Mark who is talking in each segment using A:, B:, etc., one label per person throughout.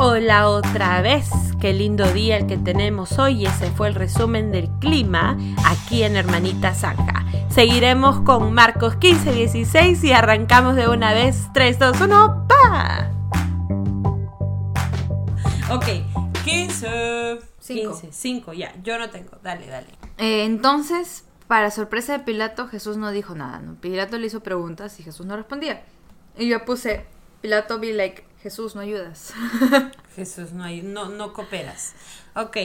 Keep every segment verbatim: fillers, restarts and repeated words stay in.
A: Hola otra vez, qué lindo día el que tenemos hoy. Ese fue el resumen del clima aquí en Hermanita Zanja. Seguiremos con Marcos quince dieciséis y arrancamos de una vez. tres, dos, uno, ¡pa! Ok, quince. quince, cinco, ya, yo no tengo, dale, dale.
B: Eh, entonces, para sorpresa de Pilato, Jesús no dijo nada, ¿no? Pilato le hizo preguntas y Jesús no respondía. Y yo puse, Pilato be like, Jesús, no ayudas.
A: Jesús, no, hay, no, no cooperas. Ok,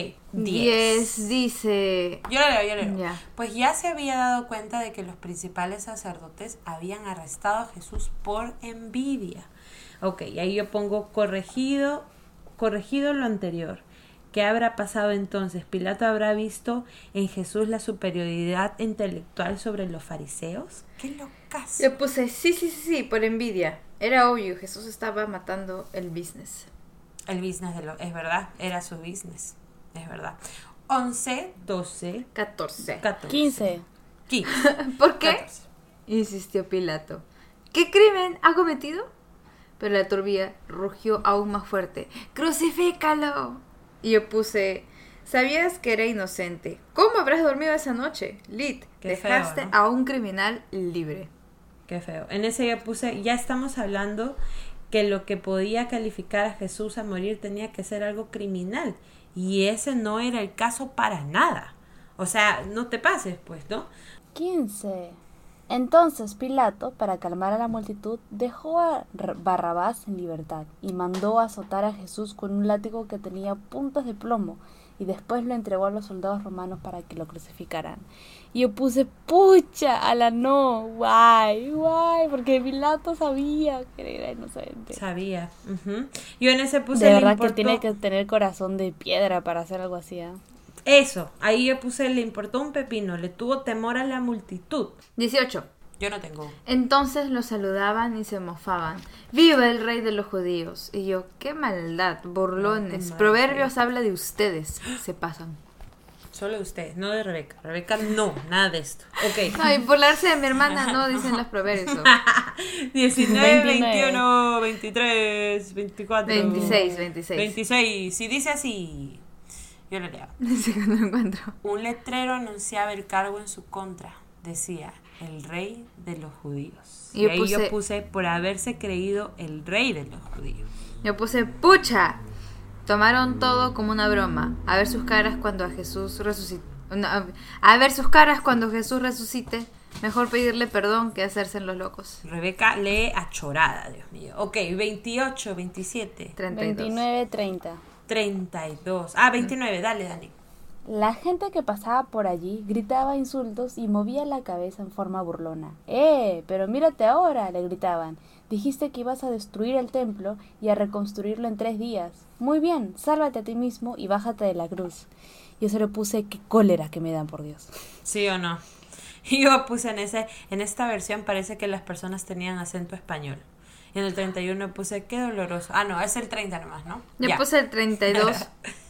B: diez dice...
A: Yo lo leo, yo lo leo.
B: Ya.
A: Pues ya se había dado cuenta de que los principales sacerdotes habían arrestado a Jesús por envidia. Ok, ahí yo pongo corregido, corregido lo anterior. ¿Qué habrá pasado entonces? ¿Pilato habrá visto en Jesús la superioridad intelectual sobre los fariseos? ¡Qué locazo!
B: Yo puse, sí, sí, sí, sí, por envidia. Era obvio, Jesús estaba matando el business.
A: El business, de lo, es verdad, era su business, es verdad. once, doce,
B: catorce,
A: catorce.
C: quince.
A: quince.
B: ¿Por qué?
A: catorce.
B: Insistió Pilato. ¿Qué crimen ha cometido? Pero la turbia rugió aún más fuerte. ¡Crucifícalo! Y yo puse, ¿sabías que era inocente? ¿Cómo habrás dormido esa noche? Lit,
A: Qué
B: dejaste
A: feo, ¿no?
B: a un criminal libre.
A: Qué feo. En ese yo puse, ya estamos hablando que lo que podía calificar a Jesús a morir tenía que ser algo criminal. Y ese no era el caso para nada. O sea, no te pases, pues, ¿no?
C: quince. Entonces Pilato, para calmar a la multitud, dejó a Barrabás en libertad y mandó azotar a Jesús con un látigo que tenía puntas de plomo y después lo entregó a los soldados romanos para que lo crucificaran. Y yo puse, pucha, a la no, guay, guay, porque Pilato sabía que era inocente.
A: Sabía. Uh-huh. Yo en ese puse...
C: De
A: le
C: verdad
A: importó...
C: que tiene que tener corazón de piedra para hacer algo así, ¿eh?
A: Eso, ahí yo puse, le importó un pepino, le tuvo temor a la multitud.
B: dieciocho.
A: Yo no tengo.
B: Entonces lo saludaban y se mofaban. ¡Viva el rey de los judíos! Y yo, ¡qué maldad! Burlones.
A: No,
B: Proverbios habla de ustedes. Se pasan.
A: Solo de ustedes, no de Rebeca. Rebeca no, nada de esto. Ok.
B: Ay, burlarse de mi hermana no, dicen los proverbios.
A: diecinueve,
C: veintinueve.
A: veintiuno, veintitrés, veinticuatro.
B: veintiséis, veintiséis.
A: veintiséis. Si dice así, yo lo leo.
B: Dice que no encuentro.
A: Un letrero anunciaba el cargo en su contra. Decía, el rey de los judíos.
B: Y
A: Y,
B: yo
A: ahí
B: puse-
A: yo puse, por haberse creído el rey de los judíos.
B: Yo puse, ¡pucha! Tomaron todo como una broma. A ver sus caras cuando a Jesús resucite. No, a- a ver sus caras cuando Jesús resucite. Mejor pedirle perdón que hacerse en los locos.
A: Rebeca lee achorada, Dios mío. Ok, veintiocho, veintisiete,
B: treinta y dos.
C: veintinueve, treinta.
A: treinta y dos. Ah, veintinueve, dale, Dani.
C: La gente que pasaba por allí gritaba insultos y movía la cabeza en forma burlona. ¡Eh! Pero mírate ahora, le gritaban. Dijiste que ibas a destruir el templo y a reconstruirlo en tres días. Muy bien, sálvate a ti mismo y bájate de la cruz. Yo se lo puse, qué cólera que me dan, por Dios.
A: ¿Sí o no? Yo puse en ese, en esta versión parece que las personas tenían acento español. Y en el treinta y uno puse, qué doloroso. Ah, no, es el treinta nomás, ¿no?
B: Yo
A: Ya.
B: puse el treinta y dos.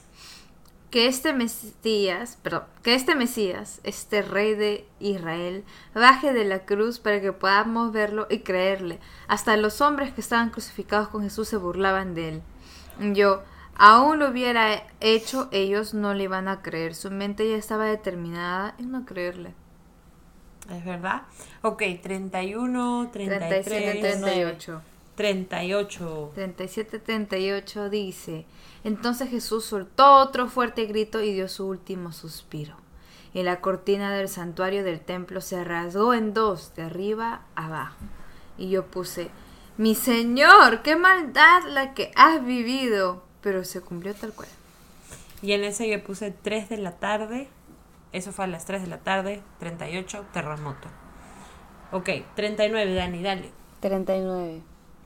B: Que este Mesías, perdón, que este Mesías, este rey de Israel, baje de la cruz para que podamos verlo y creerle. Hasta los hombres que estaban crucificados con Jesús se burlaban de él. Yo, aún lo hubiera hecho, ellos no le iban a creer. Su mente ya estaba determinada en no creerle.
A: ¿Es verdad? Ok, treinta y uno, treinta
B: treinta y
A: y
B: siete,
A: tres,
B: treinta y ocho.
A: treinta y ocho.
B: treinta y siete, treinta y ocho dice, entonces Jesús soltó otro fuerte grito y dio su último suspiro. Y la cortina del santuario del templo se rasgó en dos, de arriba a abajo. Y yo puse, mi Señor, qué maldad la que has vivido. Pero se cumplió tal cual.
A: Y en ese yo puse tres de la tarde. Eso fue a las tres de la tarde. treinta y ocho, terremoto. Ok, treinta y nueve, Dani, dale.
C: treinta y nueve.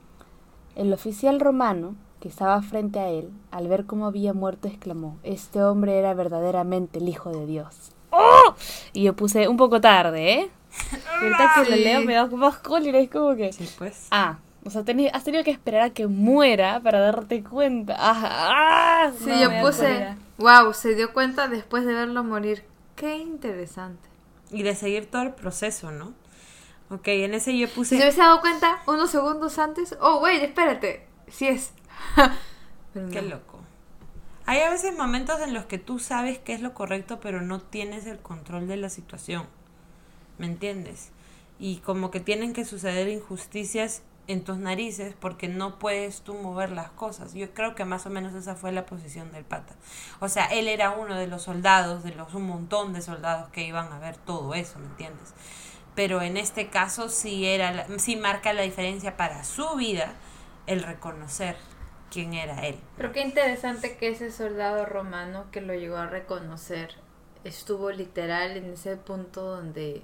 C: El oficial romano, que estaba frente a él, al ver cómo había muerto, exclamó, este hombre era verdaderamente el Hijo de Dios. ¡Oh! Y yo puse un poco tarde, ¿eh? Y ahorita que lo
B: Sí.
C: leo me da más cólera, es como que...
A: Sí, pues.
C: Ah, o sea, teni- has tenido que esperar a que muera para darte cuenta. Ah, ah,
B: Sí,
C: no,
B: yo
C: me da
B: puse,
C: cólera.
B: wow, se dio cuenta después de verlo morir. Qué interesante.
A: Y de seguir todo el proceso, ¿no? Ok, en ese yo
B: Si
A: puse...
B: se hubiese dado cuenta unos segundos antes, oh, wait, espérate, sí es. Pero
A: Qué
B: no.
A: loco. Hay a veces momentos en los que tú sabes qué es lo correcto, pero no tienes el control de la situación. ¿Me entiendes? Y como que tienen que suceder injusticias en tus narices porque no puedes tú mover las cosas. Yo creo que más o menos esa fue la posición del pata. O sea, él era uno de los soldados, de los un montón de soldados que iban a ver todo eso, ¿me entiendes? Pero en este caso sí era la- sí marca la diferencia para su vida el reconocer quién era él.
B: Pero qué interesante que ese soldado romano que lo llegó a reconocer estuvo literal en ese punto donde...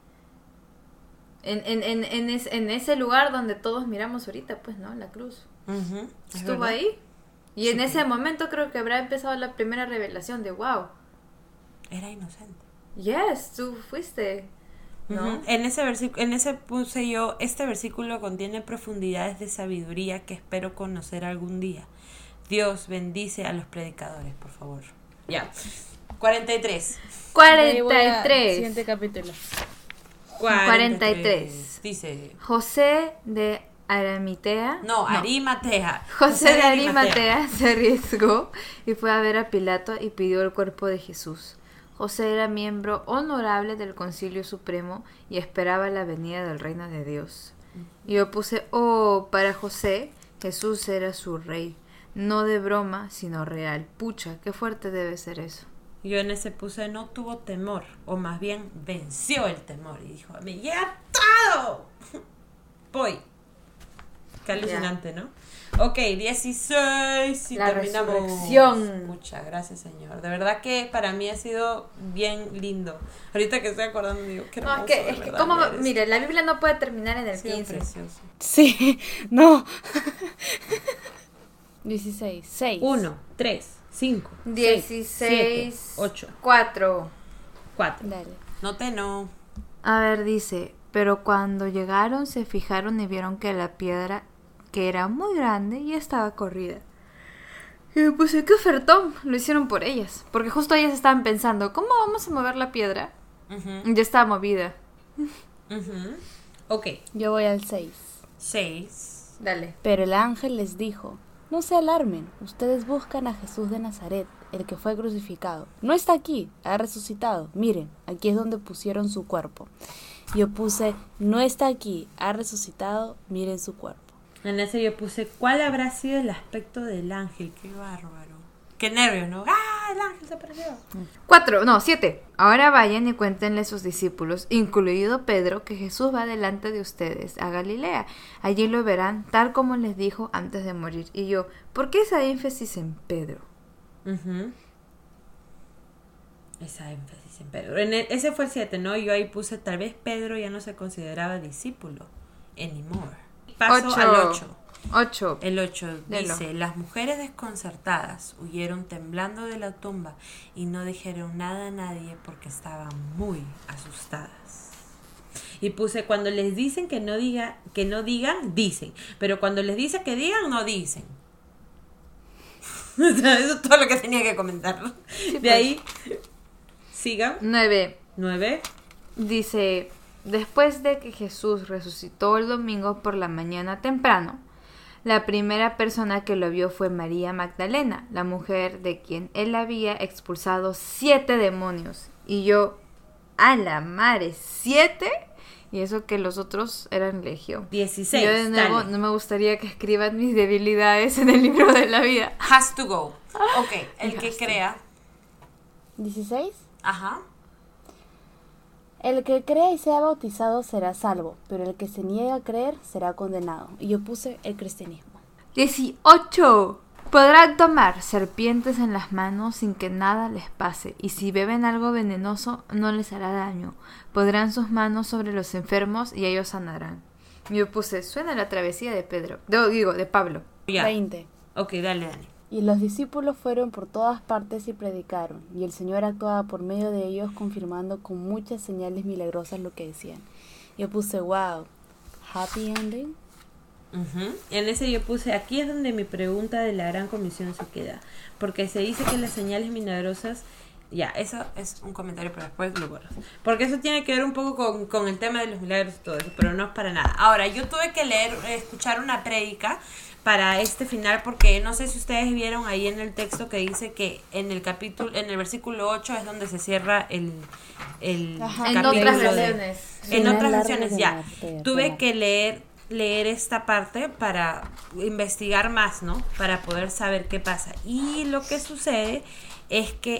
B: En, en, en, en, es- en ese lugar donde todos miramos ahorita, pues, ¿no? La cruz.
A: Ujú, ¿es
B: Estuvo
A: verdad?
B: ahí. Y en
A: Sí.
B: ese momento creo que habrá empezado la primera revelación de wow.
A: Era inocente.
B: Yes, tú fuiste. ¿No?
A: Ujú. En ese versículo, en ese puse yo, este versículo contiene profundidades de sabiduría que espero conocer algún día. Dios bendice a los predicadores, por favor. Ya. cuarenta y tres.
C: Ahí voy a-
B: cuarenta y tres.
C: Siguiente capítulo.
B: cuarenta y tres.
A: Dice,
B: José de Arimatea.
A: no, Arimatea.
B: José de Arimatea se arriesgó y fue a ver a Pilato y pidió el cuerpo de Jesús. José era miembro honorable del Concilio Supremo y esperaba la venida del reino de Dios. Y yo puse, oh, para José, Jesús era su rey. No de broma, sino real. Pucha, qué fuerte debe ser eso.
A: Yo en ese puse, no tuvo temor, o más bien venció el temor y dijo, me llega todo. Voy. Qué alucinante, ¿no? Ok, dieciséis y
B: La
A: terminamos.
B: resurrección.
A: Muchas gracias, Señor. De verdad que para mí ha sido bien lindo. Ahorita que estoy acordando, digo, qué
B: No,
A: hermoso.
B: es que,
A: de
B: es que
A: verdad,
B: como,
A: leer esto.
B: mire, la Biblia no puede terminar en el
A: Ha sido
B: quince.
A: precioso.
C: Sí, no. dieciséis. seis.
A: Uno, tres, cinco,
B: dieciséis,
A: siete, ocho,
B: cuatro.
A: cuatro.
C: Dale.
A: No te no.
B: A ver, dice, pero cuando llegaron se fijaron y vieron que la piedra, que era muy grande, y estaba corrida. Y me puse, qué ofertón, lo hicieron por ellas. Porque justo ellas estaban pensando, ¿cómo vamos a mover la piedra?
A: Ujú,
B: Y ya estaba movida.
A: ujú. Ok,
C: Yo voy al seis.
A: seis.
B: Dale.
C: Pero el ángel les dijo, no se alarmen, ustedes buscan a Jesús de Nazaret, el que fue crucificado. No está aquí, ha resucitado. Miren, aquí es donde pusieron su cuerpo. Yo puse, no está aquí, ha resucitado, miren su cuerpo.
A: En ese yo puse, ¿cuál habrá sido el aspecto del ángel? Qué bárbaro. Qué nervios, ¿no? ¡Ah, el ángel se apareció!
B: Cuatro, no, siete. Ahora vayan y cuéntenle a sus discípulos, incluido Pedro, que Jesús va delante de ustedes a Galilea. Allí lo verán, tal como les dijo antes de morir. Y yo, ¿por qué esa énfasis en Pedro?
A: Ujú. Esa énfasis en Pedro. En el- ese fue el siete, ¿no? Yo ahí puse, tal vez Pedro ya no se consideraba discípulo anymore. Paso
B: Ocho.
A: al ocho.
B: Ocho.
A: El ocho
B: Léelo.
A: dice, las mujeres desconcertadas huyeron temblando de la tumba y no dijeron nada a nadie porque estaban muy asustadas. Y puse, cuando les dicen que no diga, que no digan, dicen. Pero cuando les dice que digan, no dicen. O sea, eso es todo lo que tenía que comentar. De
B: pues.
A: ahí, sigan.
B: Nueve.
A: Nueve.
B: Dice, después de que Jesús resucitó el domingo por la mañana temprano, la primera persona que lo vio fue María Magdalena, la mujer de quien él había expulsado siete demonios. Y yo, a la madre, ¿siete? Y eso que los otros eran legión.
A: dieciséis.
B: Yo de nuevo
A: dale.
B: no me gustaría que escriban mis debilidades en el libro de la vida.
A: Has to go. Ok, el que
B: Has to.
A: crea.
C: dieciséis.
A: Ajá.
C: El que crea y sea bautizado será salvo, pero el que se niega a creer será condenado. Y yo puse el cristianismo.
B: dieciocho. Podrán tomar serpientes en las manos sin que nada les pase, y si beben algo venenoso no les hará daño. Podrán sus manos sobre los enfermos y ellos sanarán. Yo puse, suena la travesía de Pedro, de, digo, de Pablo.
A: Ya.
C: veinte.
A: Ok, dale, dale.
C: Y los discípulos fueron por todas partes y predicaron, y el Señor actuaba por medio de ellos, confirmando con muchas señales milagrosas lo que decían. Yo puse, wow, happy ending.
A: Ujú. En ese yo puse, aquí es donde mi pregunta de la gran comisión se queda, porque se dice que las señales milagrosas, ya, eso es un comentario, pero después lo borro, porque eso tiene que ver un poco con, con el tema de los milagros y todo eso, pero no es para nada. Ahora, yo tuve que leer, escuchar una prédica para este final, porque no sé si ustedes vieron ahí en el texto que dice que en el capítulo, en el versículo ocho es donde se cierra el, el
B: Ajá, en
A: capítulo.
B: otras
A: de-
B: versiones.
A: en
C: Final
A: otras
C: largo
A: versiones
C: de
A: ya.
C: Marte,
A: Tuve
C: claro.
A: que leer leer esta parte para investigar más, ¿no? Para poder saber qué pasa. Y lo que sucede es que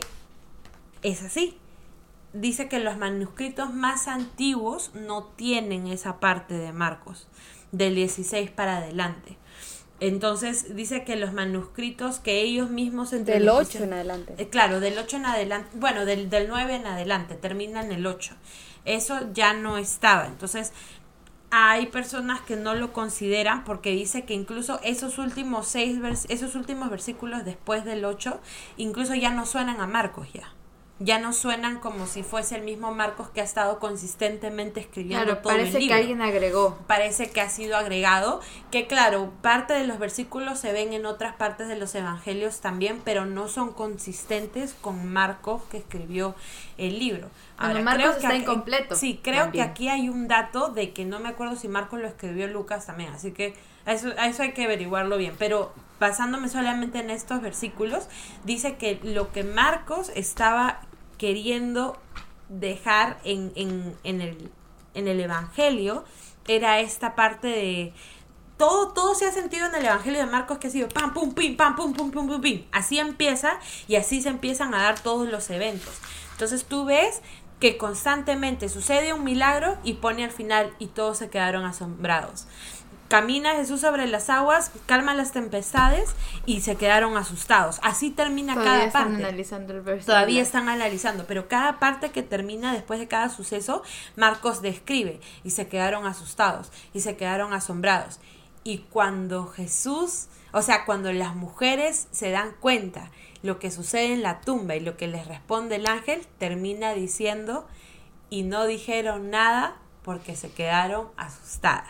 A: es así. Dice que los manuscritos más antiguos no tienen esa parte de Marcos, del dieciséis para adelante. Entonces dice que los manuscritos que ellos mismos entre
C: Del
A: los
C: ocho
A: ocho-
C: en adelante.
A: eh, claro, del ocho en adelante, bueno, del, del nueve en adelante, termina en el ocho. Eso ya no estaba. Entonces, hay personas que no lo consideran porque dice que incluso esos últimos seis vers- esos últimos versículos después del ocho, incluso ya no suenan a Marcos ya. Ya no suenan como si fuese el mismo Marcos que ha estado consistentemente escribiendo
B: Claro,
A: todo el
B: parece que
A: libro.
B: alguien agregó.
A: Parece que ha sido agregado, que claro, parte de los versículos se ven en otras partes de los evangelios también, pero no son consistentes con Marcos que escribió el libro.
B: Bueno, Marcos está
A: aquí-
B: incompleto
A: Sí, creo
B: también.
A: que aquí hay un dato de que no me acuerdo si Marcos lo escribió Lucas también, así que a eso, a eso hay que averiguarlo bien, pero basándome solamente en estos versículos, dice que lo que Marcos estaba queriendo dejar en, en, en, el, en el evangelio era esta parte de todo, todo se ha sentido en el evangelio de Marcos, que ha sido pam, pum, pim, pam, pum, pum, pum, pum, pim. Así empieza y así se empiezan a dar todos los eventos. Entonces tú ves que constantemente sucede un milagro y pone al final y todos se quedaron asombrados. Camina Jesús sobre las aguas, calma las tempestades y se quedaron asustados. Así termina
B: Todavía
A: cada
B: están
A: parte.
B: analizando el versículo.
A: Todavía están analizando, pero cada parte que termina después de cada suceso, Marcos describe y se quedaron asustados y se quedaron asombrados. Y cuando Jesús, o sea, cuando las mujeres se dan cuenta lo que sucede en la tumba y lo que les responde el ángel, termina diciendo, y no dijeron nada porque se quedaron asustadas.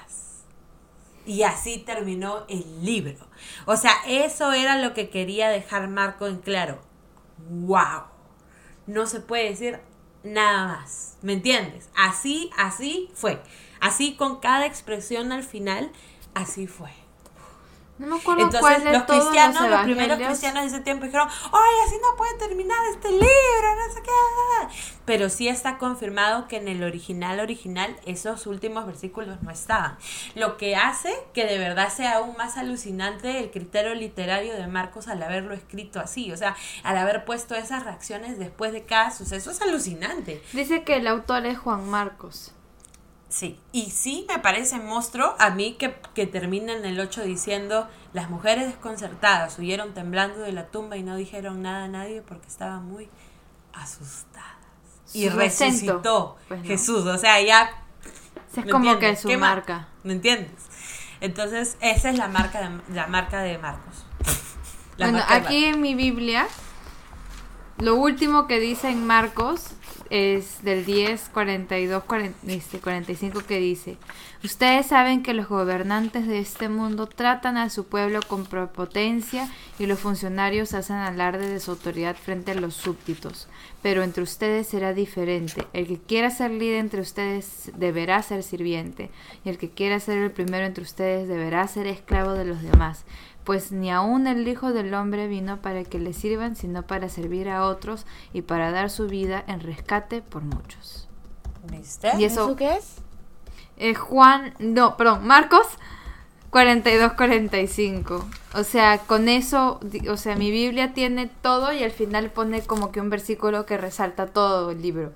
A: Y así terminó el libro. O sea, eso era lo que quería dejar Marco en claro. ¡Wow! No se puede decir nada más. ¿Me entiendes? Así, así fue. Así con cada expresión al final, así fue.
B: No me acuerdo
A: Entonces
B: cuál de
A: los
B: todos
A: cristianos,
B: los,
A: los primeros
B: evangelios.
A: cristianos de ese tiempo dijeron, ¡ay, así no puede terminar este libro! No sé qué. Pero sí está confirmado que en el original original esos últimos versículos no estaban. Lo que hace que de verdad sea aún más alucinante el criterio literario de Marcos al haberlo escrito así. O sea, al haber puesto esas reacciones después de cada suceso es alucinante.
B: Dice que el autor es Juan Marcos.
A: Sí, y sí me parece monstruo a mí que, que termina en el ocho diciendo, las mujeres desconcertadas huyeron temblando de la tumba y no dijeron nada a nadie porque estaban muy asustadas. Y
B: Su acento,
A: resucitó
B: pues, no.
A: Jesús, o sea, ya...
B: Es
A: ¿me
B: como
A: entiendes?
B: que su
A: ¿Qué ma-
B: marca.
A: ¿Me entiendes? Entonces, esa es la marca de, la marca de Marcos. La
B: Bueno,
A: marca de
B: aquí en mi Biblia, lo último que dice en Marcos es del diez, cuarenta y dos, cuarenta, este, cuarenta y cinco, que dice: ustedes saben que los gobernantes de este mundo tratan a su pueblo con prepotencia y los funcionarios hacen alarde de su autoridad frente a los súbditos, pero entre ustedes será diferente. El que quiera ser líder entre ustedes deberá ser sirviente, y el que quiera ser el primero entre ustedes deberá ser esclavo de los demás. Pues ni aun el Hijo del Hombre vino para que le sirvan, sino para servir a otros y para dar su vida en rescate por muchos.
A: ¿Viste?
B: Y eso,
C: ¿Eso qué es?
B: eh, Juan, no, perdón, Marcos cuarenta y dos, cuarenta y cinco. O sea, con eso, di- o sea, mi Biblia tiene todo y al final pone como que un versículo que resalta todo el libro.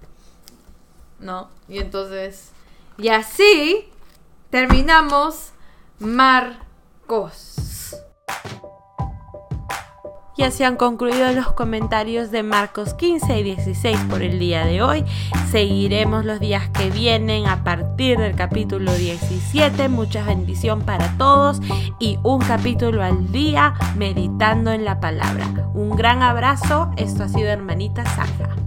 B: ¿No? Y entonces, y así terminamos Marcos.
A: Y así han concluido los comentarios de Marcos quince y dieciséis por el día de hoy. Seguiremos los días que vienen a partir del capítulo diecisiete. Mucha bendición para todos y un capítulo al día meditando en la palabra. Un gran abrazo. Esto ha sido Hermanita Zanja.